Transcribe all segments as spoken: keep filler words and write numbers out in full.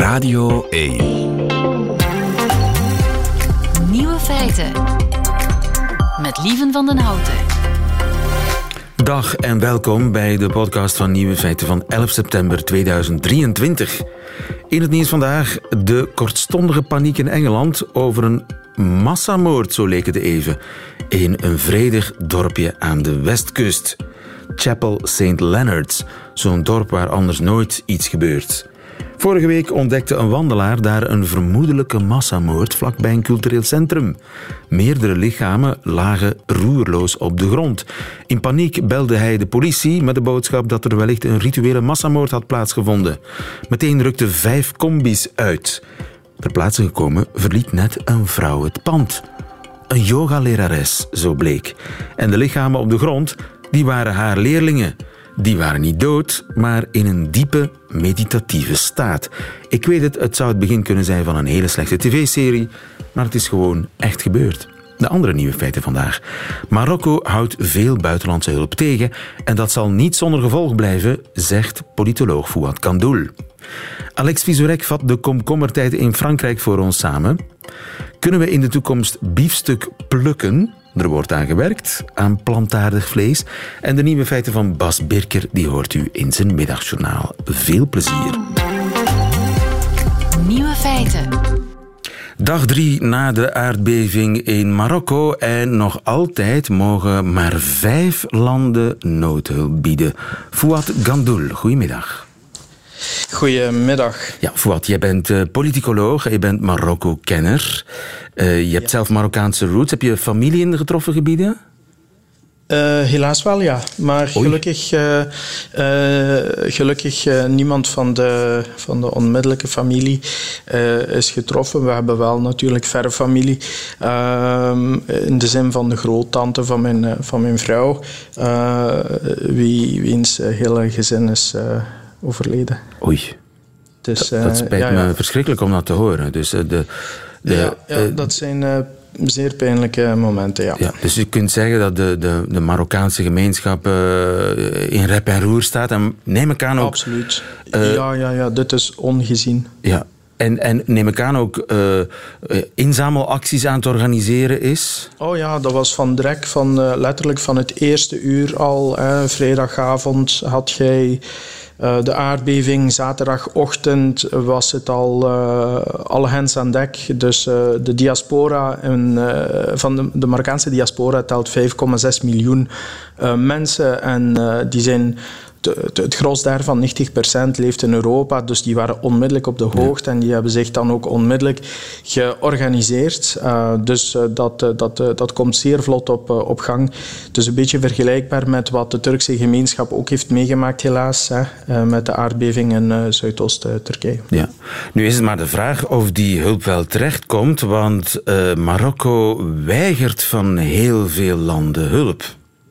Radio één. Nieuwe feiten. Met Lieven van den Houten. Dag en welkom bij de podcast van Nieuwe Feiten van elf september tweeduizend drieëntwintig. In het nieuws vandaag de kortstondige paniek in Engeland over een massamoord, zo leek het even, in een vredig dorpje aan de westkust. Chapel Saint Leonards, zo'n dorp waar anders nooit iets gebeurt. Vorige week ontdekte een wandelaar daar een vermoedelijke massamoord vlakbij een cultureel centrum. Meerdere lichamen lagen roerloos op de grond. In paniek belde hij de politie met de boodschap dat er wellicht een rituele massamoord had plaatsgevonden. Meteen rukten vijf combis uit. Ter plaatse gekomen verliet net een vrouw het pand. Een yogalerares, zo bleek. En de lichamen op de grond, die waren haar leerlingen. Die waren niet dood, maar in een diepe, meditatieve staat. Ik weet het, het zou het begin kunnen zijn van een hele slechte tv-serie, maar het is gewoon echt gebeurd. De andere nieuwe feiten vandaag. Marokko houdt veel buitenlandse hulp tegen en dat zal niet zonder gevolg blijven, zegt politoloog Fouad Kandoul. Alex Vizorek vat de komkommertijd in Frankrijk voor ons samen. Kunnen we in de toekomst biefstuk plukken? Er wordt aan gewerkt, aan plantaardig vlees. En de nieuwe feiten van Bas Birker, die hoort u in zijn middagjournaal. Veel plezier. Nieuwe feiten. Dag drie na de aardbeving in Marokko en nog altijd mogen maar vijf landen noodhulp bieden. Fouad Kandoul, goedemiddag. Goedemiddag. Ja, Fouad, jij bent uh, politicoloog, je bent Marokko-kenner. Uh, je hebt ja. zelf Marokkaanse roots. Heb je familie in de getroffen gebieden? Uh, helaas wel, ja. Maar Oei. gelukkig, uh, uh, gelukkig uh, niemand van de, van de onmiddellijke familie uh, is getroffen. We hebben wel natuurlijk verre familie. Uh, in de zin van de groottante van mijn, uh, van mijn vrouw. Uh, wie, wiens uh, hele gezin is uh, overleden. Oei. Dus, uh, dat spijt ja, me ja. verschrikkelijk om dat te horen. Dus, uh, de, de, ja, ja uh, dat zijn... Uh, Zeer pijnlijke momenten, ja. ja. Dus je kunt zeggen dat de, de, de Marokkaanse gemeenschap uh, in rep en roer staat. En neem ik aan ook... Absoluut. Uh, ja, ja, ja, dit is ongezien. Ja. En, en neem ik aan ook uh, uh, inzamelacties aan het organiseren is? Oh ja, dat was van direct, van, uh, letterlijk van het eerste uur al. Uh, vrijdagavond had jij... Uh, de aardbeving, zaterdagochtend was het al uh, alle hens aan dek. Dus uh, de diaspora en, uh, van de, de Marokkaanse diaspora telt vijf komma zes miljoen uh, mensen. En uh, die zijn... Het gros daarvan, negentig procent, leeft in Europa. Dus die waren onmiddellijk op de hoogte. En die hebben zich dan ook onmiddellijk georganiseerd. Uh, dus uh, dat, uh, dat, uh, dat komt zeer vlot op, uh, op gang. Dus een beetje vergelijkbaar met wat de Turkse gemeenschap ook heeft meegemaakt, helaas. Hè, uh, met de aardbeving in uh, Zuidoost-Turkije. Ja. Nu is het maar de vraag of die hulp wel terechtkomt. Want uh, Marokko weigert van heel veel landen hulp.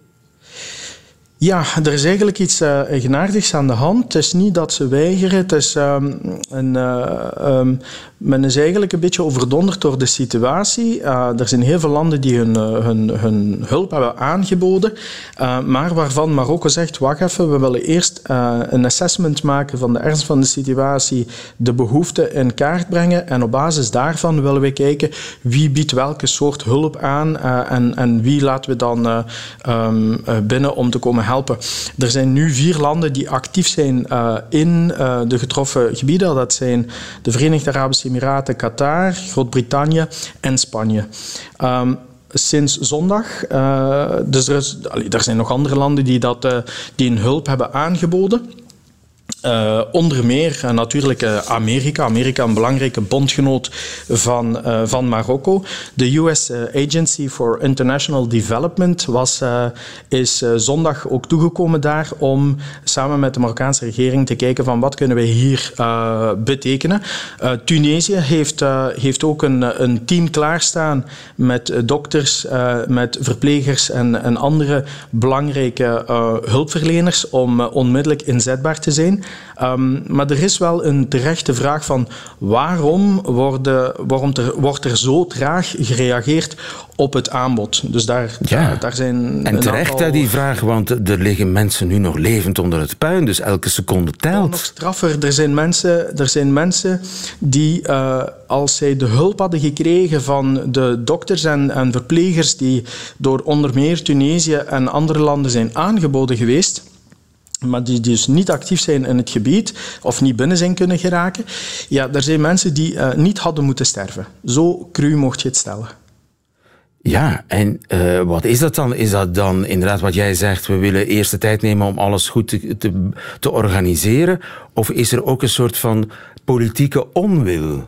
Ja, er is eigenlijk iets uh, eigenaardigs aan de hand. Het is niet dat ze weigeren. Het is, um, een, uh, um, men is eigenlijk een beetje overdonderd door de situatie. Uh, er zijn heel veel landen die hun, uh, hun, hun hulp hebben aangeboden. Uh, maar waarvan Marokko zegt, wacht even, we willen eerst uh, een assessment maken van de ernst van de situatie, de behoeften in kaart brengen. En op basis daarvan willen we kijken wie biedt welke soort hulp aan uh, en, en wie laten we dan uh, um, uh, binnen om te komen helpen. Helpen. Er zijn nu vier landen die actief zijn uh, in uh, de getroffen gebieden. Dat zijn de Verenigde Arabische Emiraten, Qatar, Groot-Brittannië en Spanje. Um, Sinds zondag, uh, dus er, is, er zijn nog andere landen die, dat, uh, die een hulp hebben aangeboden. Uh, onder meer uh, natuurlijk uh, Amerika. Amerika, een belangrijke bondgenoot van, uh, van Marokko. De U S uh, Agency for International Development was, uh, is uh, zondag ook toegekomen daar om samen met de Marokkaanse regering te kijken van wat kunnen we hier uh, betekenen. Uh, Tunesië heeft, uh, heeft ook een, een team klaarstaan met uh, dokters, uh, met verplegers en, en andere belangrijke uh, hulpverleners om uh, onmiddellijk inzetbaar te zijn. Um, maar er is wel een terechte vraag van waarom, worden, waarom er, wordt er zo traag gereageerd op het aanbod. Dus daar, ja. daar zijn en terecht aantal... die vraag, want er liggen mensen nu nog levend onder het puin, dus elke seconde telt. Nog straffer, er zijn mensen, er zijn mensen die, uh, als zij de hulp hadden gekregen van de dokters en, en verplegers die door onder meer Tunesië en andere landen zijn aangeboden geweest, maar die dus niet actief zijn in het gebied of niet binnen zijn kunnen geraken, ja, er zijn mensen die uh, niet hadden moeten sterven. Zo cru mocht je het stellen. Ja, en uh, wat is dat dan? Is dat dan inderdaad wat jij zegt, we willen eerst de tijd nemen om alles goed te, te, te organiseren? Of is er ook een soort van politieke onwil?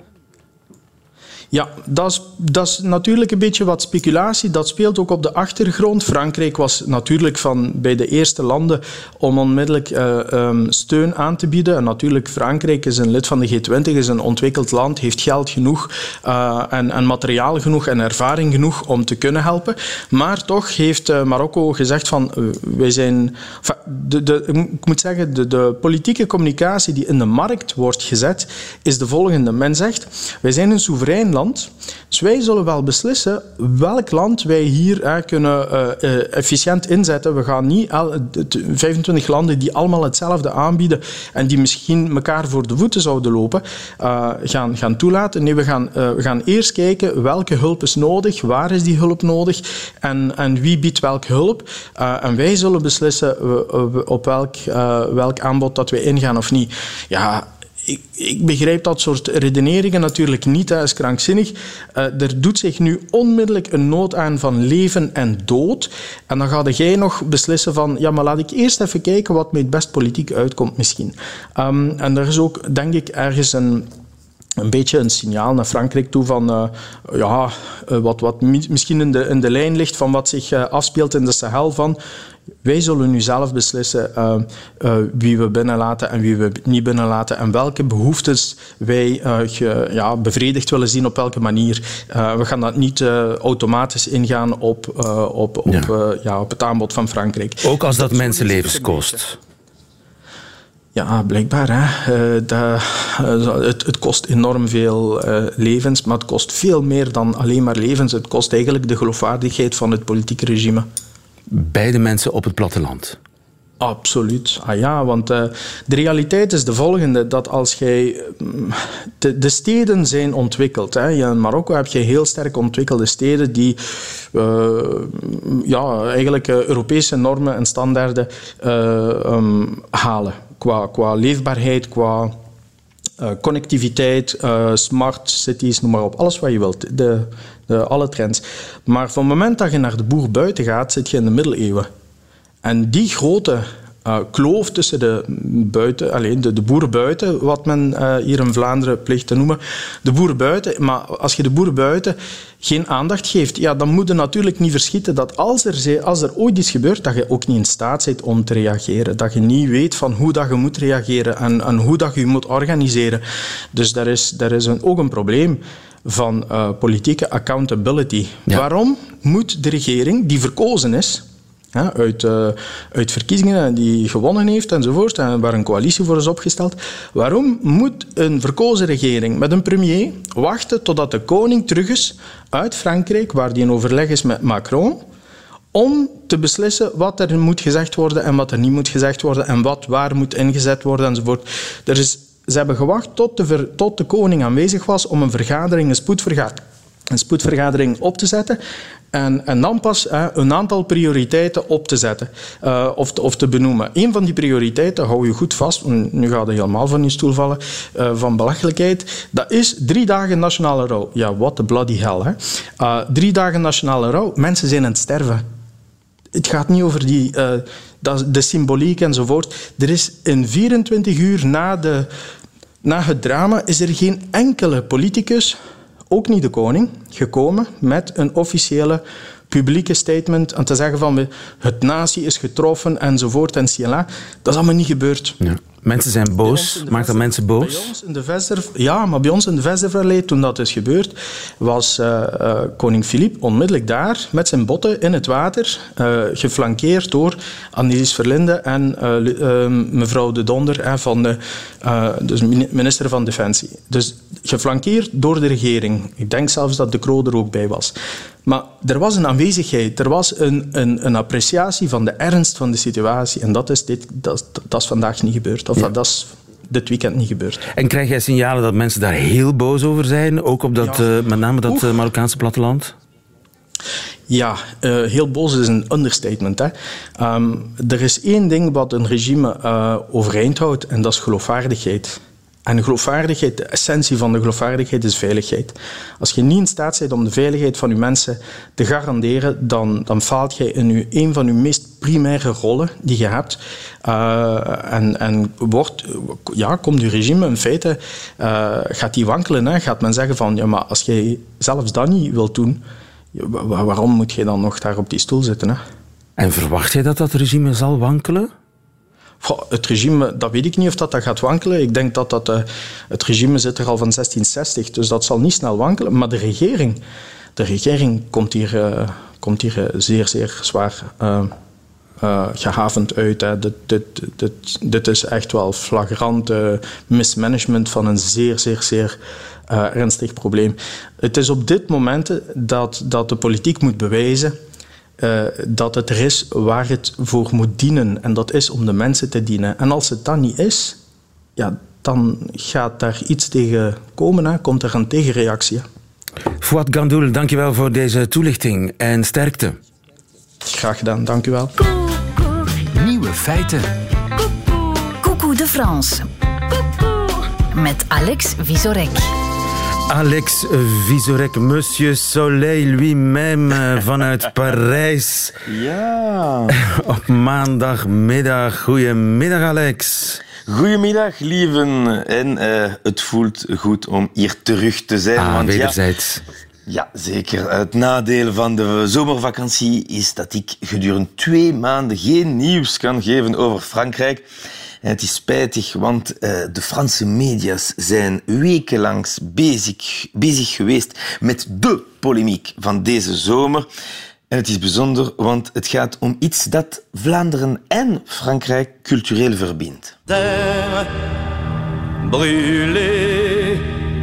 Ja, dat is, dat is natuurlijk een beetje wat speculatie. Dat speelt ook op de achtergrond. Frankrijk was natuurlijk van bij de eerste landen om onmiddellijk uh, um, steun aan te bieden. En natuurlijk, Frankrijk is een lid van de G twintig, is een ontwikkeld land, heeft geld genoeg uh, en, en materiaal genoeg en ervaring genoeg om te kunnen helpen. Maar toch heeft uh, Marokko gezegd van, uh, wij zijn... Enfin, de, de, ik moet zeggen, de, de politieke communicatie die in de markt wordt gezet, is de volgende. Men zegt, wij zijn een soeverein land. Dus wij zullen wel beslissen welk land wij hier eh, kunnen uh, uh, efficiënt inzetten. We gaan niet al, vijfentwintig landen die allemaal hetzelfde aanbieden en die misschien elkaar voor de voeten zouden lopen, uh, gaan, gaan toelaten. Nee, we gaan, uh, we gaan eerst kijken welke hulp is nodig, waar is die hulp nodig en, en wie biedt welke hulp. Uh, en wij zullen beslissen uh, op welk, uh, welk aanbod dat wij ingaan of niet. Ja, Ik, ik begrijp dat soort redeneringen natuurlijk niet, dat is krankzinnig. Uh, er doet zich nu onmiddellijk een nood aan van leven en dood. En dan ga jij nog beslissen van, ja, maar laat ik eerst even kijken wat mij het best politiek uitkomt misschien. Um, en er is ook, denk ik, ergens een... een beetje een signaal naar Frankrijk toe van uh, ja, uh, wat, wat misschien in de, in de lijn ligt van wat zich uh, afspeelt in de Sahel van wij zullen nu zelf beslissen uh, uh, wie we binnenlaten en wie we niet binnenlaten en welke behoeftes wij uh, ge, ja, bevredigd willen zien op welke manier. Uh, we gaan dat niet uh, automatisch ingaan op, uh, op, op, ja. Uh, ja, op het aanbod van Frankrijk. Ook als dat, dat mensenlevens kost. Ja, blijkbaar. Hè. Uh, dat, uh, het, het kost enorm veel uh, levens, maar het kost veel meer dan alleen maar levens. Het kost eigenlijk de geloofwaardigheid van het politieke regime. Bij de mensen op het platteland? Absoluut. Ah ja, want uh, de realiteit is de volgende, dat als jij... De, de steden zijn ontwikkeld. Hè. In Marokko heb je heel sterk ontwikkelde steden die uh, ja, eigenlijk uh, Europese normen en standaarden uh, um, halen. Qua, qua leefbaarheid, qua uh, connectiviteit, uh, smart cities, noem maar op. Alles wat je wilt, de, de, alle trends. Maar van het moment dat je naar de boer buiten gaat, zit je in de middeleeuwen. En die grote uh, kloof tussen de, buiten, alleen de, de boeren buiten, wat men uh, hier in Vlaanderen plicht te noemen, de boeren buiten, maar als je de boeren buiten geen aandacht geeft, ja, dan moet je natuurlijk niet verschieten dat als er, als er ooit iets gebeurt, dat je ook niet in staat bent om te reageren. Dat je niet weet van hoe dat je moet reageren en, en hoe dat je moet organiseren. Dus daar is, daar is een, ook een probleem van uh, politieke accountability. Ja. Waarom moet de regering, die verkozen is, ja, uit, uh, uit verkiezingen die gewonnen heeft enzovoort, en waar een coalitie voor is opgesteld. Waarom moet een verkozen regering met een premier wachten totdat de koning terug is uit Frankrijk, waar die in overleg is met Macron, om te beslissen wat er moet gezegd worden en wat er niet moet gezegd worden en wat waar moet ingezet worden enzovoort. Er is, ze hebben gewacht tot de, ver, tot de koning aanwezig was om een vergadering, een spoedvergadering, een spoedvergadering op te zetten. En, en dan pas eh, een aantal prioriteiten op te zetten uh, of, te, of te benoemen. Een van die prioriteiten, hou je goed vast, nu gaat je helemaal van je stoel vallen, uh, van belachelijkheid, dat is drie dagen nationale rouw. Ja, what the bloody hell. Hè? Uh, drie dagen nationale rouw, mensen zijn aan het sterven. Het gaat niet over die, uh, de symboliek enzovoort. Er is in vierentwintig uur na, de, na het drama is er geen enkele politicus, ook niet de koning, gekomen met een officiële publieke statement en te zeggen van het natie is getroffen enzovoort en ciela. Dat is allemaal niet gebeurd. Ja. Mensen zijn boos. Maakt dat mensen boos? Bij ons in de Vesterv, ja, maar bij ons in de Vestervallei, toen dat is gebeurd, was uh, uh, koning Filip onmiddellijk daar met zijn botten in het water, uh, geflankeerd door Annelies Verlinde en uh, uh, mevrouw De Donder uh, van de uh, dus minister van Defensie. Dus geflankeerd door de regering. Ik denk zelfs dat De Croo er ook bij was. Maar er was een aanwezigheid, er was een, een, een appreciatie van de ernst van de situatie. En dat is, dit, dat, dat is vandaag niet gebeurd. Of ja. dat is dit weekend niet gebeurd. En krijg jij signalen dat mensen daar heel boos over zijn? Ook op dat, ja. uh, met name dat uh, Marokkaanse platteland? Ja, uh, heel boos is een understatement. Hè. Um, er is één ding wat een regime uh, overeind houdt en dat is geloofwaardigheid. En geloofwaardigheid, de essentie van de geloofwaardigheid is veiligheid. Als je niet in staat bent om de veiligheid van je mensen te garanderen, dan, dan faalt je in je, een van je meest primaire rollen die je hebt. Uh, en en wordt, ja, komt je regime in feite, uh, gaat die wankelen. Hè? Gaat men zeggen van, ja, maar als jij zelfs dat niet wilt doen, waarom moet je dan nog daar op die stoel zitten? Hè? En verwacht jij dat dat regime zal wankelen? Goh, het regime, dat weet ik niet of dat, dat gaat wankelen. Ik denk dat, dat uh, het regime zit er al van zestien zestig, dus dat zal niet snel wankelen. Maar de regering, de regering komt hier, uh, komt hier uh, zeer, zeer zwaar uh, uh, gehavend uit. Hè. Dit, dit, dit, dit is echt wel flagrant uh, mismanagement van een zeer, zeer, zeer uh, ernstig probleem. Het is op dit moment dat, dat de politiek moet bewijzen Uh, dat het er is waar het voor moet dienen. En dat is om de mensen te dienen. En als het dat niet is, ja, dan gaat daar iets tegen komen. Hè. Komt er een tegenreactie. Fouad Gandoul, dankjewel voor deze toelichting. En sterkte. Graag gedaan, dank u wel. Nieuwe feiten. Coucou de France. Met Alex Vizorek. Alex Vizorek, Monsieur Soleil lui-même vanuit Parijs. Ja. Op maandagmiddag. Goedemiddag, Alex. Goedemiddag, lieven. En uh, het voelt goed om hier terug te zijn. Ah, want wederzijds. Ja, ja, zeker. Het nadeel van de zomervakantie is dat ik gedurende twee maanden geen nieuws kan geven over Frankrijk. En het is spijtig, want uh, de Franse media's zijn wekenlang bezig, bezig geweest met de polemiek van deze zomer. En het is bijzonder, want het gaat om iets dat Vlaanderen en Frankrijk cultureel verbindt. Terre brûlée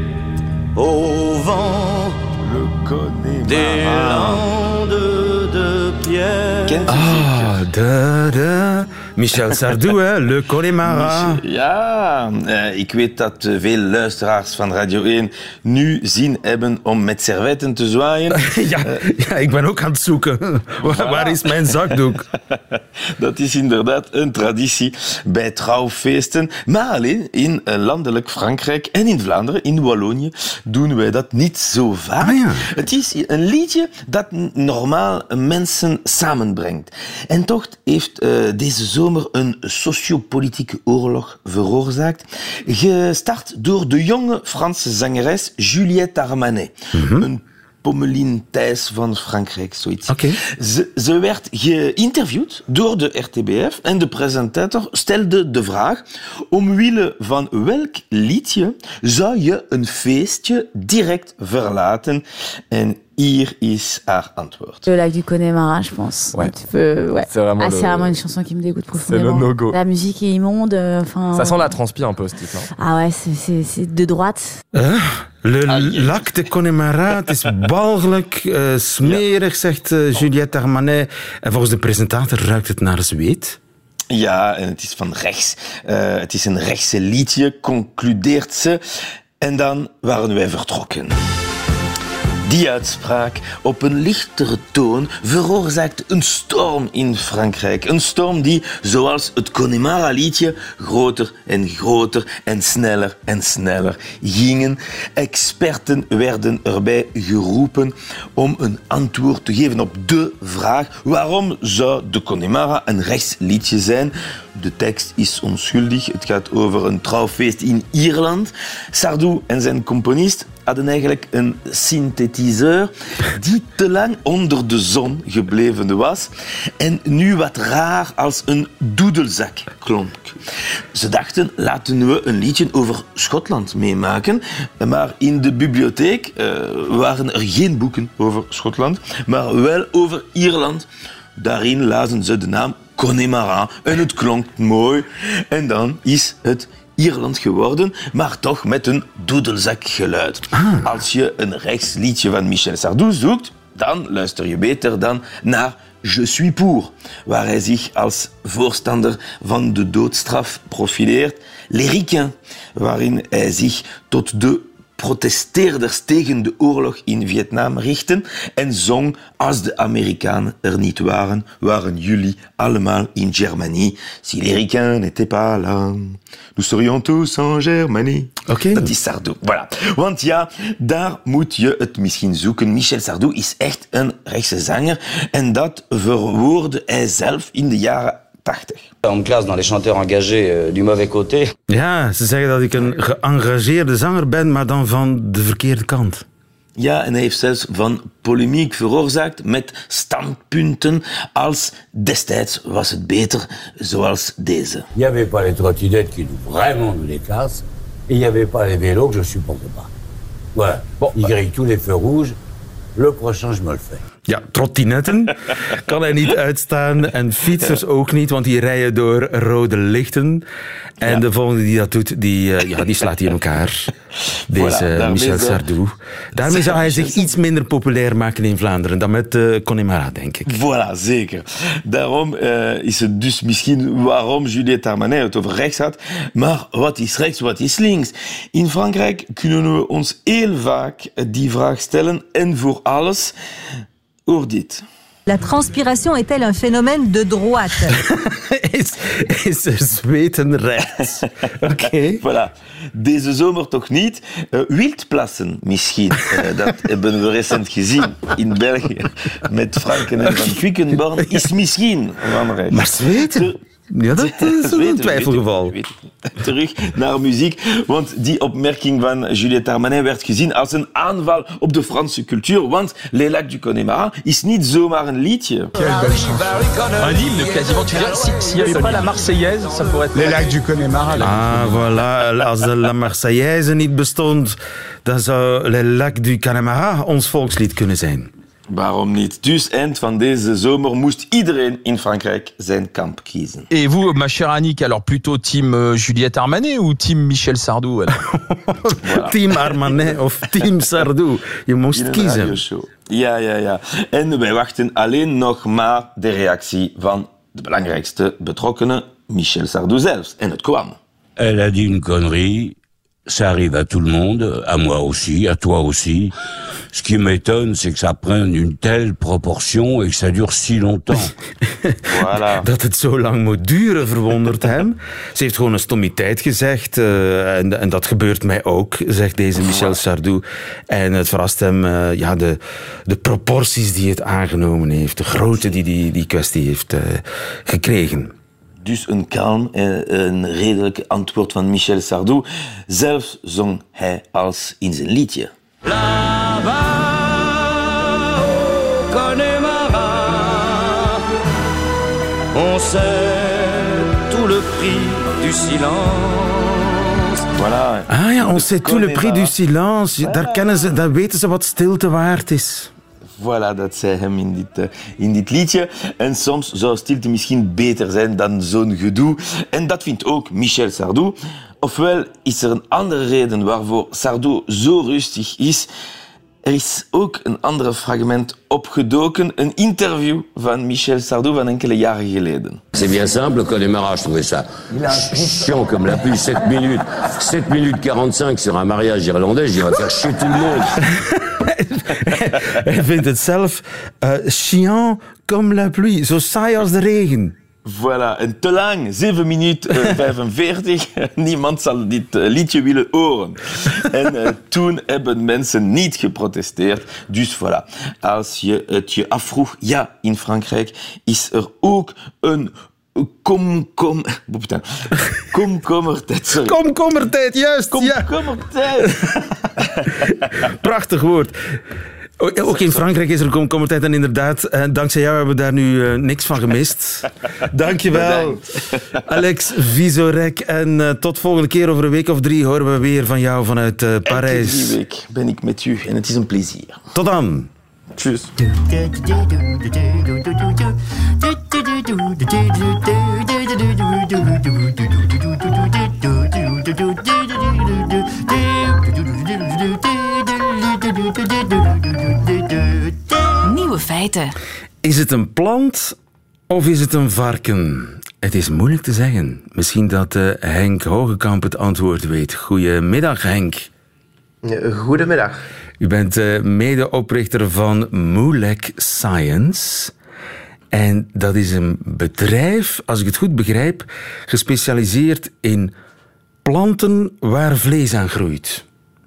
au vent le Connemara des landes de pierre. Kent u ah, de, de... Michel Sardou, hè? Le Connemara. Ja, uh, ik weet dat uh, veel luisteraars van Radio één nu zin hebben om met servetten te zwaaien. ja, uh, ja, ik ben ook aan het zoeken. Waar, voilà. waar is mijn zakdoek? Dat is inderdaad een traditie bij trouwfeesten. Maar alleen in uh, landelijk Frankrijk en in Vlaanderen, in Wallonië, doen wij dat niet zo vaak. Ah, ja. Het is een liedje dat normaal mensen samenbrengt. En toch heeft uh, deze zomer een sociopolitieke oorlog veroorzaakt, gestart door de jonge Franse zangeres Juliette Armanet. Mm-hmm. Een Pommelien Thijs van Frankrijk, zoiets. Okay. Ze, ze werd geïnterviewd door de R T B F en de presentator stelde de vraag: omwille van welk liedje zou je een feestje direct verlaten? En hier is haar antwoord. Le lac du Connemara, je pense. Ouais. Un petit peu, ouais. C'est vraiment, ah, le... c'est vraiment une chanson qui me dégoûte profondément. C'est le no-go. La musique est immonde. Enfin, ça sent la transpi un peu, ce titre. Hein. Ah ouais, c'est, c'est, c'est de droite. Uh, le ah, yeah. lac de Connemara, het is walgelijk, uh, smerig, zegt uh, Juliette Armanet. En volgens de presentator ruikt het naar zweet. Ja, en het is van rechts. Uh, het is een rechtse liedje, concludeert ze. En dan waren wij vertrokken. Die uitspraak op een lichtere toon veroorzaakte een storm in Frankrijk. Een storm die, zoals het Connemara-liedje, groter en groter en sneller en sneller gingen. Experten werden erbij geroepen om een antwoord te geven op de vraag: waarom zou de Connemara een rechtsliedje zijn? De tekst is onschuldig. Het gaat over een trouwfeest in Ierland. Sardou en zijn componist hadden eigenlijk een synthetiseur die te lang onder de zon gebleven was en nu wat raar als een doedelzak klonk. Ze dachten, laten we een liedje over Schotland meemaken, maar in de bibliotheek uh, waren er geen boeken over Schotland, maar wel over Ierland. Daarin lazen ze de naam Connemara en het klonk mooi. En dan is het Ierland geworden, maar toch met een doedelzakgeluid. Ah. Als je een rechtsliedje van Michel Sardou zoekt, dan luister je beter dan naar Je suis pour, waar hij zich als voorstander van de doodstraf profileert. Les Ricains, waarin hij zich tot de protesteerders tegen de oorlog in Vietnam richten en zong als de Amerikanen er niet waren, waren jullie allemaal in Germanie. Si les Ricains n'étaient pas là, nous serions tous en Germanie. Okay. Dat is Sardou. Voilà. Want ja, daar moet je het misschien zoeken. Michel Sardou is echt een rechtse zanger en dat verwoordde hij zelf in de jaren tachtig. On me classe dans les chanteurs engagés euh, du mauvais côté. Ja, ze zeggen dat ik een geëngageerde zanger ben, maar dan van de verkeerde kant. Ja, en hij heeft zelfs van polemiek veroorzaakt met standpunten als destijds was het beter, zoals deze. Il n'y avait pas les trottinettes qui nous vraiment nous déclassent, et il n'y avait pas les vélos que je supportais pas. Voilà, bon, il grille tous les feux rouges, le prochain je me le fais. Ja, trottinetten kan hij niet uitstaan en fietsers ook niet, want die rijden door rode lichten. En ja. de volgende die dat doet, die, uh, ja, die slaat hij in elkaar. Deze voilà, Michel Sardou. Daarmee zou hij zich iets minder populair maken in Vlaanderen dan met uh, Connemara, denk ik. Voilà, zeker. Daarom uh, is het dus misschien waarom Juliette Armanet het over rechts had. Maar wat is rechts, wat is links? In Frankrijk kunnen we ons heel vaak die vraag stellen en voor alles... Hoor dit. La transpiration est-elle un phénomène de droite? is, is er zweten rechts? Oké. Okay. Voilà. Deze zomer toch niet. Uh, wildplassen misschien. Uh, dat hebben we recent gezien in België. Met Franken en Van Quickenborn is misschien van rechts. Maar zweten? Ja, dat is een twijfelgeval. Terug naar muziek, want die opmerking van Juliette Armanet werd gezien als een aanval op de Franse cultuur, want Les Lacs du Connemara is niet zomaar een liedje. Un hymne quasiment, tu dirais, s'il si n'y avait pas la Marseillaise, ça pourrait être... Les Lacs du Connemara. Ah, voilà. Als de La Marseillaise niet bestond, dan zou Les Lacs du Connemara ons volkslied kunnen zijn. Waarom niet? Dus eind van deze zomer moest iedereen in Frankrijk zijn kamp kiezen. Et vous, ma chère Annick, alors plutôt team uh, Juliette Armanet ou team Michel Sardou? Voilà. Team Armanet of team Sardou. Je moest kiezen. Ja, ja, ja. En wij wachten alleen nog maar de reactie van de belangrijkste betrokkenen, Michel Sardou zelf. En het kwam. Elle a dit une connerie. Ça arrive à tout le monde, à moi aussi, à toi aussi. Ce qui m'étonne, c'est que ça prenne une telle proportion et que ça dure si longtemps. Voilà. Dat het zo lang moet duren, verwondert hem. Ze heeft gewoon een stommiteit gezegd. Uh, en, en dat gebeurt mij ook, zegt deze Michel Sardou. En het verrast hem uh, ja, de, de proporties die het aangenomen heeft. De grootte die die, die kwestie heeft uh, gekregen. Dus een kalm en een redelijk antwoord van Michel Sardou. Zelf zong hij als in zijn liedje. Là-bas au Connemara, on sait tout le prix du silence. Voilà. Ah ja, on sait tout le prix du silence. Voilà. Daar, kennen ze, daar weten ze wat stilte waard is. Voilà, dat zei hem in dit, uh, in dit liedje. En soms zou stilte misschien beter zijn dan zo'n gedoe. En dat vindt ook Michel Sardou. Ofwel is er een andere reden waarvoor Sardou zo rustig is. Er is ook een ander fragment opgedoken. Een interview van Michel Sardou van enkele jaren geleden. C'est bien simple, Connemara, je trouvais ça chiant comme la pluie. sept minutes, sept minutes quarante-cinq sur un mariage irlandais, je vais faire chier tout le monde. Hij vindt het zelf uh, chiant comme la pluie, zo saai als de regen. Voilà, en te lang, zeven minuten vijfenveertig. Niemand zal dit uh, liedje willen horen. En uh, toen hebben mensen niet geprotesteerd. Dus voilà, als je het je afvroeg, ja, in Frankrijk is er ook een Kom, kom... Komkommertijd, sorry. Komkommertijd, juist. Komkommertijd. Ja. Prachtig woord. Ook in Frankrijk is er komkommertijd en inderdaad, eh, dankzij jou hebben we daar nu uh, niks van gemist. Dankjewel, Alex Vizorek. En uh, tot volgende keer, over een week of drie horen we weer van jou vanuit uh, Parijs. Elke drie week ben ik met u en het is een plezier. Tot dan. Tjus. Nieuwe feiten. Is het een plant of is het een varken? Het is moeilijk te zeggen. Misschien dat uh, Henk Hogekamp het antwoord weet. Goedemiddag, Henk. Goedemiddag. U bent uh, medeoprichter van Moolec Science. En dat is een bedrijf, als ik het goed begrijp, gespecialiseerd in planten waar vlees aan groeit.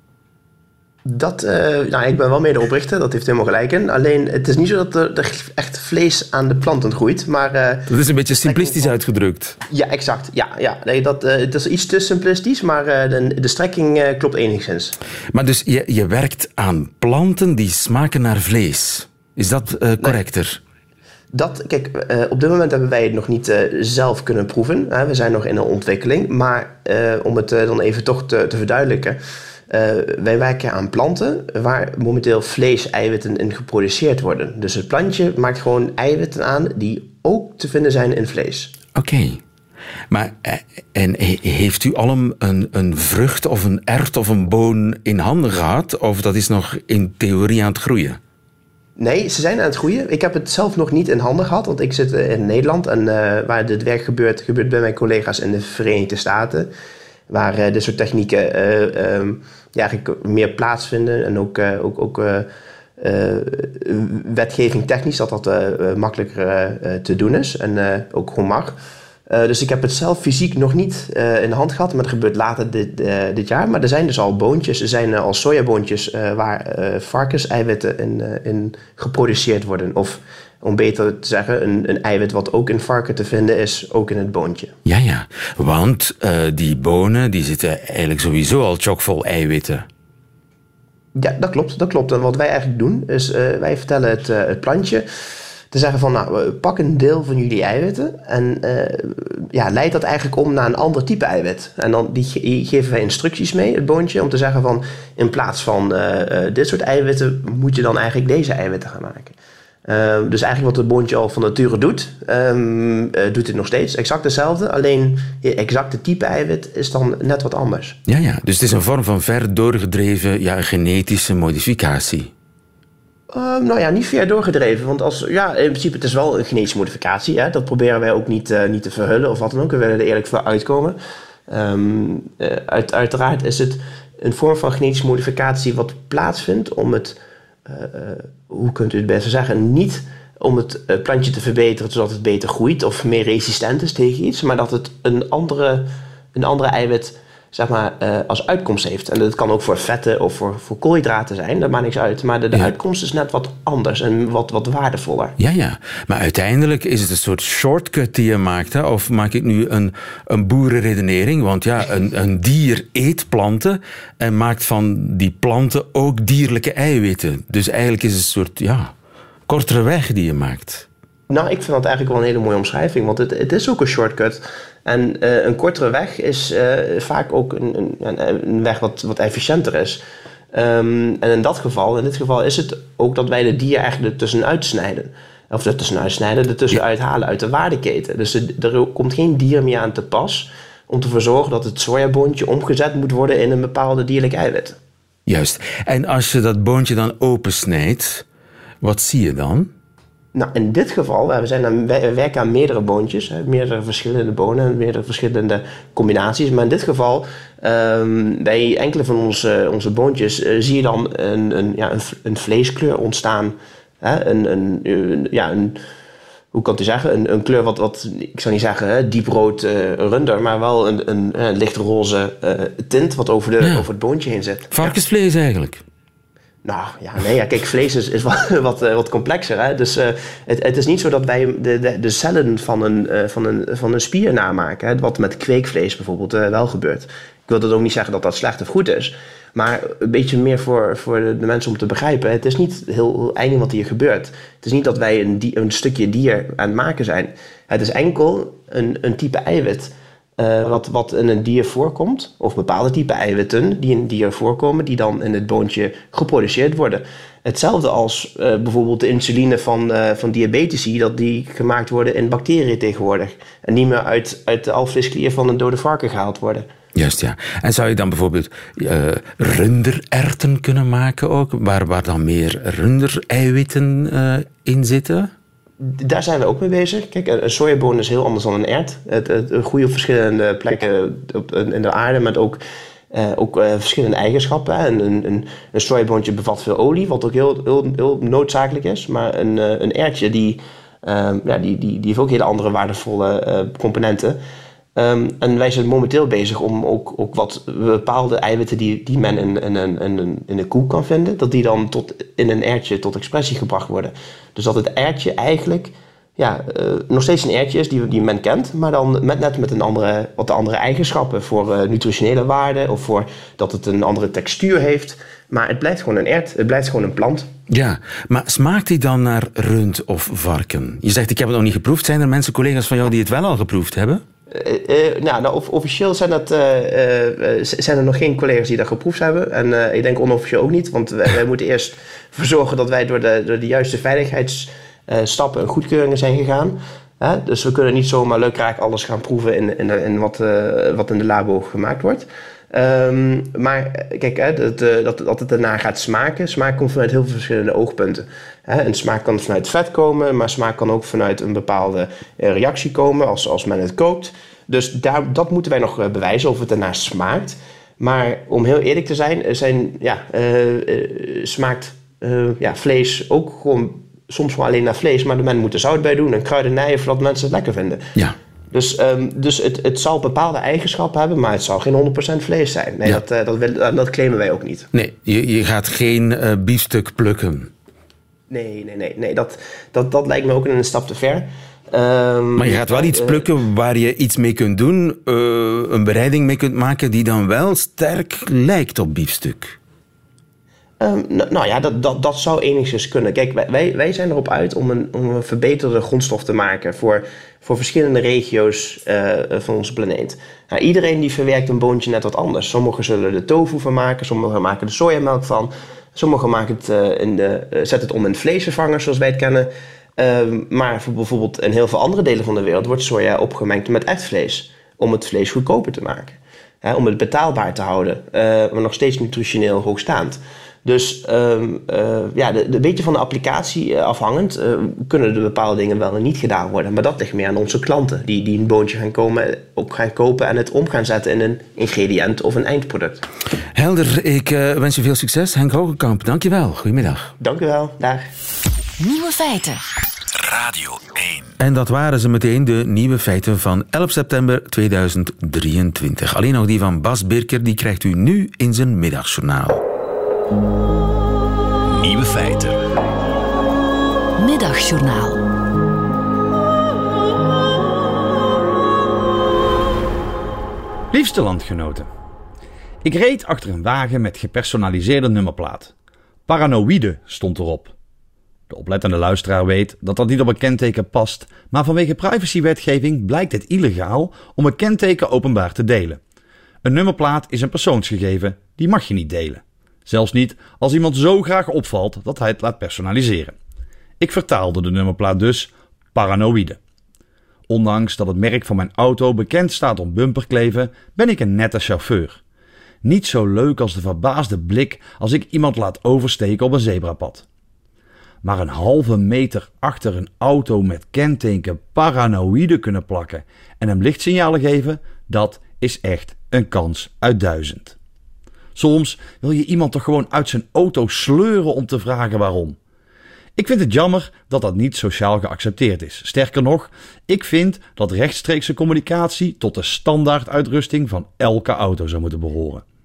Dat, uh, nou, ik ben wel medeoprichter, dat heeft helemaal gelijk in. Alleen, het is niet zo dat er, er echt vlees aan de planten groeit. Maar, uh, dat is een beetje simplistisch uitgedrukt. Ja, exact. Ja, ja. Nee, dat, uh, het is iets te simplistisch, maar uh, de, de strekking uh, klopt enigszins. Maar dus je, je werkt aan planten die smaken naar vlees. Is dat uh, correcter? Nee. Dat, kijk, uh, op dit moment hebben wij het nog niet uh, zelf kunnen proeven. Uh, we zijn nog in een ontwikkeling. Maar uh, om het uh, dan even toch te, te verduidelijken. Uh, wij werken aan planten waar momenteel vlees, eiwitten in geproduceerd worden. Dus het plantje maakt gewoon eiwitten aan die ook te vinden zijn in vlees. Oké. Okay. Maar en heeft u al een, een, een vrucht of een ert of een boon in handen gehad? Of dat is nog in theorie aan het groeien? Nee, ze zijn aan het groeien. Ik heb het zelf nog niet in handen gehad, want ik zit in Nederland. En uh, waar dit werk gebeurt, gebeurt bij mijn collega's in de Verenigde Staten. Waar uh, dit soort technieken uh, um, ja, eigenlijk meer plaatsvinden. En ook, uh, ook, ook uh, uh, wetgeving technisch dat dat uh, makkelijker uh, te doen is. En uh, ook gewoon mag. Uh, dus ik heb het zelf fysiek nog niet uh, in de hand gehad, maar dat gebeurt later dit, uh, dit jaar. Maar er zijn dus al boontjes, er zijn uh, al sojaboontjes uh, waar uh, varkenseiwitten in, uh, in geproduceerd worden. Of om beter te zeggen, een, een eiwit wat ook in varken te vinden is, ook in het boontje. Ja, ja, want uh, die bonen die zitten eigenlijk sowieso al chockvol eiwitten. Ja, dat klopt, dat klopt. En wat wij eigenlijk doen, is uh, wij vertellen het, uh, het plantje te zeggen van, nou, pak een deel van jullie eiwitten en uh, ja, leid dat eigenlijk om naar een ander type eiwit. En dan die ge- geven wij instructies mee, het boontje, om te zeggen van, in plaats van uh, uh, dit soort eiwitten, moet je dan eigenlijk deze eiwitten gaan maken. Uh, dus eigenlijk wat het boontje al van nature doet, um, uh, doet het nog steeds exact hetzelfde. Alleen je exacte type eiwit is dan net wat anders. Ja, ja. Dus het is een vorm van ver doorgedreven ja, genetische modificatie. Uh, nou ja, niet ver doorgedreven. Want als, ja, in principe het is wel een genetische modificatie. Hè? Dat proberen wij ook niet, uh, niet te verhullen of wat dan ook. We willen er eerlijk voor uitkomen. Um, uh, uit, uiteraard is het een vorm van genetische modificatie wat plaatsvindt om het... Uh, uh, hoe kunt u het best zeggen, niet om het uh, plantje te verbeteren zodat het beter groeit of meer resistent is tegen iets, maar dat het een andere, een andere eiwit zeg maar, uh, als uitkomst heeft. En dat kan ook voor vetten of voor, voor koolhydraten zijn, dat maakt niks uit. Maar de, de ja. uitkomst is net wat anders en wat, wat waardevoller. Ja, ja. Maar uiteindelijk is het een soort shortcut die je maakt. Hè? Of maak ik nu een, een boerenredenering? Want ja, een, een dier eet planten en maakt van die planten ook dierlijke eiwitten. Dus eigenlijk is het een soort ja, kortere weg die je maakt. Nou, ik vind dat eigenlijk wel een hele mooie omschrijving, want het, het is ook een shortcut. En uh, een kortere weg is uh, vaak ook een, een, een weg wat, wat efficiënter is. Um, en in dat geval, in dit geval is het ook dat wij de dier eigenlijk er tussenuit snijden. Of er tussenuit snijden, er tussenuit halen uit de waardeketen. Dus er, er komt geen dier meer aan te pas om te verzorgen dat het sojaboontje omgezet moet worden in een bepaalde dierlijk eiwit. Juist. En als je dat boontje dan opensnijdt, wat zie je dan? Nou, in dit geval, we, zijn aan, we werken aan meerdere boontjes, hè, meerdere verschillende bonen, meerdere verschillende combinaties. Maar in dit geval, um, bij enkele van onze, onze boontjes, uh, zie je dan een, een, ja, een, een vleeskleur ontstaan. Hè, een, een, een, ja, een, hoe kan ik zeggen, een, een kleur wat, wat, ik zou niet zeggen hè, dieprood uh, runder, maar wel een, een, een lichtroze uh, tint wat over, de, ja. over het boontje heen zit. Varkensvlees eigenlijk. Nou ja, nee, ja, kijk, vlees is, is wat, wat, wat complexer. Hè? Dus uh, het, het is niet zo dat wij de, de, de cellen van een, uh, van, een, van een spier namaken. Hè? Wat met kweekvlees bijvoorbeeld uh, wel gebeurt. Ik wil dat ook niet zeggen dat dat slecht of goed is. Maar een beetje meer voor, voor de, de mensen om te begrijpen. Het is niet heel, heel eng wat hier gebeurt. Het is niet dat wij een, die, een stukje dier aan het maken zijn. Het is enkel een, een type eiwit. Uh, wat, wat in een dier voorkomt, of bepaalde type eiwitten die in een dier voorkomen, die dan in het boontje geproduceerd worden. Hetzelfde als uh, bijvoorbeeld de insuline van, uh, van diabetici, dat die gemaakt worden in bacteriën tegenwoordig. En niet meer uit, uit de alvleesklier van een dode varken gehaald worden. Juist, ja. En zou je dan bijvoorbeeld uh, rundererwten kunnen maken ook, waar, waar dan meer rundereiwitten uh, in zitten? Daar zijn we ook mee bezig. Kijk, een sojaboon is heel anders dan een ert. Het, het, het groeit op verschillende plekken op, in de aarde, met ook, uh, ook uh, verschillende eigenschappen. En een, een, een sojaboontje bevat veel olie, wat ook heel, heel, heel noodzakelijk is. Maar een, uh, een ertje, die, uh, ja, die, die, die heeft ook hele andere waardevolle uh, componenten. Um, en wij zijn momenteel bezig om ook, ook wat bepaalde eiwitten die, die men in, in, in, in, in een koe kan vinden, dat die dan tot, in een ertje tot expressie gebracht worden. Dus dat het ertje eigenlijk ja, uh, nog steeds een ertje is die, die men kent, maar dan met, net met een andere, wat andere eigenschappen voor uh, nutritionele waarde of voor dat het een andere textuur heeft. Maar het blijft gewoon een ert, het blijft gewoon een plant. Ja, maar smaakt die dan naar rund of varken? Je zegt, ik heb het nog niet geproefd. Zijn er mensen, collega's van jou, die het wel al geproefd hebben? Uh, uh, nou, nou, officieel zijn, dat, uh, uh, zijn er nog geen collega's die dat geproefd hebben. En uh, ik denk onofficieel ook niet. Want wij, wij moeten eerst ervoor zorgen dat wij door de, door de juiste veiligheidsstappen en goedkeuringen zijn gegaan. Uh, dus we kunnen niet zomaar lukraak alles gaan proeven in, in, in wat, uh, wat in de labo gemaakt wordt. Um, maar kijk, hè, dat, dat, dat het daarna gaat smaken. Smaak komt vanuit heel veel verschillende oogpunten. Hè, en smaak kan vanuit vet komen, maar smaak kan ook vanuit een bepaalde reactie komen als, als men het kookt. Dus daar, dat moeten wij nog bewijzen of het daarna smaakt. Maar om heel eerlijk te zijn, zijn ja, uh, uh, smaakt uh, ja, vlees ook gewoon soms wel alleen naar vlees. Maar men moet er zout bij doen en kruidenijen voordat mensen het lekker vinden. Ja. Dus, um, dus het, het zal bepaalde eigenschappen hebben, maar het zal geen honderd procent vlees zijn. Nee, ja. dat, uh, dat, wil, dat claimen wij ook niet. Nee, je, je gaat geen uh, biefstuk plukken. Nee, nee, nee. nee. Dat, dat, dat lijkt me ook een stap te ver. Um, maar je gaat wel iets uh, plukken waar je iets mee kunt doen, uh, een bereiding mee kunt maken die dan wel sterk lijkt op biefstuk. Um, nou, nou ja, dat, dat, dat zou enigszins kunnen. Kijk, wij, wij zijn erop uit om een, om een verbeterde grondstof te maken voor, voor verschillende regio's uh, van onze planeet. Nou, iedereen die verwerkt een boontje net wat anders. Sommigen zullen er tofu van maken, sommigen maken er sojamelk van. Sommigen maken het, uh, in de, uh, zetten het om in vleesvervangers zoals wij het kennen. Uh, maar voor bijvoorbeeld in heel veel andere delen van de wereld wordt soja opgemengd met echt vlees. Om het vlees goedkoper te maken. Hè, om het betaalbaar te houden, uh, maar nog steeds nutritioneel hoogstaand. Dus um, uh, ja, de, de beetje van de applicatie uh, afhangend uh, kunnen er bepaalde dingen wel en niet gedaan worden. Maar dat ligt meer aan onze klanten die, die een boontje gaan, komen, op gaan kopen en het om gaan zetten in een ingrediënt of een eindproduct. Helder, ik uh, wens je veel succes. Henk Hogekamp, dank je wel. Goedemiddag. Dank u wel, dag. Nieuwe feiten. Radio één. En dat waren ze meteen, de nieuwe feiten van elf september tweeduizend drieëntwintig. Alleen nog die van Bas Birker, die krijgt u nu in zijn middagjournaal. Nieuwe feiten. Middagjournaal. Liefste landgenoten. Ik reed achter een wagen met gepersonaliseerde nummerplaat. Paranoïde stond erop. De oplettende luisteraar weet dat dat niet op een kenteken past, maar vanwege privacywetgeving blijkt het illegaal om een kenteken openbaar te delen. Een nummerplaat is een persoonsgegeven, die mag je niet delen. Zelfs niet als iemand zo graag opvalt dat hij het laat personaliseren. Ik vertaalde de nummerplaat dus paranoïde. Ondanks dat het merk van mijn auto bekend staat om bumperkleven, ben ik een nette chauffeur. Niet zo leuk als de verbaasde blik als ik iemand laat oversteken op een zebrapad. Maar een halve meter achter een auto met kenteken paranoïde kunnen plakken en hem lichtsignalen geven, dat is echt een kans uit duizend. Soms wil je iemand toch gewoon uit zijn auto sleuren om te vragen waarom. Ik vind het jammer dat dat niet sociaal geaccepteerd is. Sterker nog, ik vind dat rechtstreekse communicatie tot de standaarduitrusting van elke auto zou moeten behoren.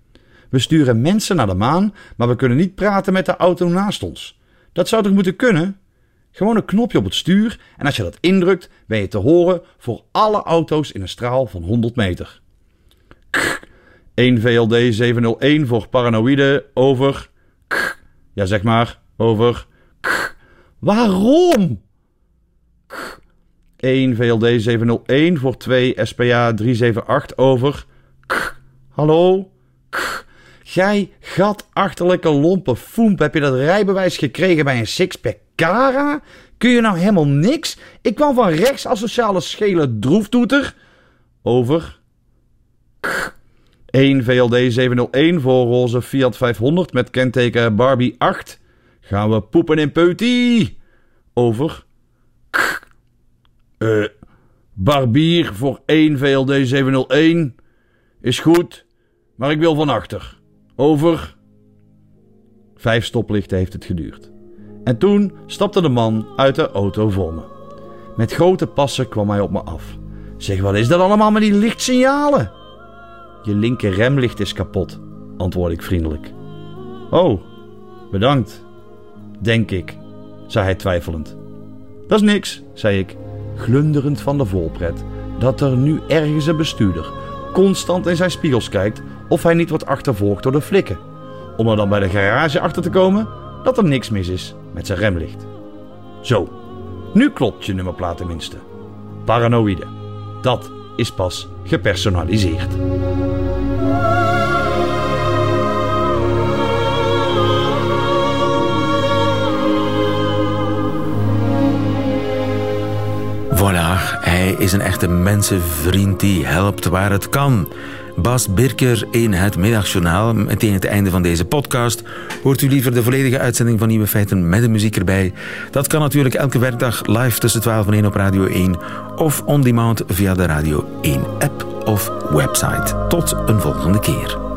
We sturen mensen naar de maan, maar we kunnen niet praten met de auto naast ons. Dat zou toch moeten kunnen? Gewoon een knopje op het stuur en als je dat indrukt, ben je te horen voor alle auto's in een straal van honderd meter. Kch. één V L D zevenhonderdéén voor paranoïde, over. Kch. Ja, zeg maar, over. Kch. Waarom? Kch. één V L D zevenhonderdéén voor twee S P A driehonderdzevenentachtig, over. Kch. Hallo? Kch. Jij gatachterlijke lompe foemp, heb je dat rijbewijs gekregen bij een sixpack Cara? Kun je nou helemaal niks? Ik kwam van rechts asociale schele droeftoeter. Over. Kch. één V L D zevenhonderdéén voor roze Fiat vijfhonderd met kenteken Barbie acht. Gaan we poepen in Peutie? Over. Kch. Uh, barbier voor één V L D zevenhonderdéén. Is goed, maar ik wil van achter. Over. Vijf stoplichten heeft het geduurd. En toen stapte de man uit de auto voor me. Met grote passen kwam hij op me af. Zeg, wat is dat allemaal met die lichtsignalen? Je linker remlicht is kapot, antwoordde ik vriendelijk. Oh, bedankt, denk ik, zei hij twijfelend. Dat is niks, zei ik, glunderend van de volpret, dat er nu ergens een bestuurder constant in zijn spiegels kijkt of hij niet wordt achtervolgd door de flikken, om er dan bij de garage achter te komen dat er niks mis is met zijn remlicht. Zo, nu klopt je nummerplaat tenminste. Paranoïde, dat is pas gepersonaliseerd. Voilà, hij is een echte mensenvriend die helpt waar het kan. Bas Birker in het Middagjournaal. Meteen het einde van deze podcast. Hoort u liever de volledige uitzending van Nieuwe Feiten met de muziek erbij? Dat kan natuurlijk elke werkdag live tussen twaalf en één op Radio één of on demand via de Radio één app of website. Tot een volgende keer.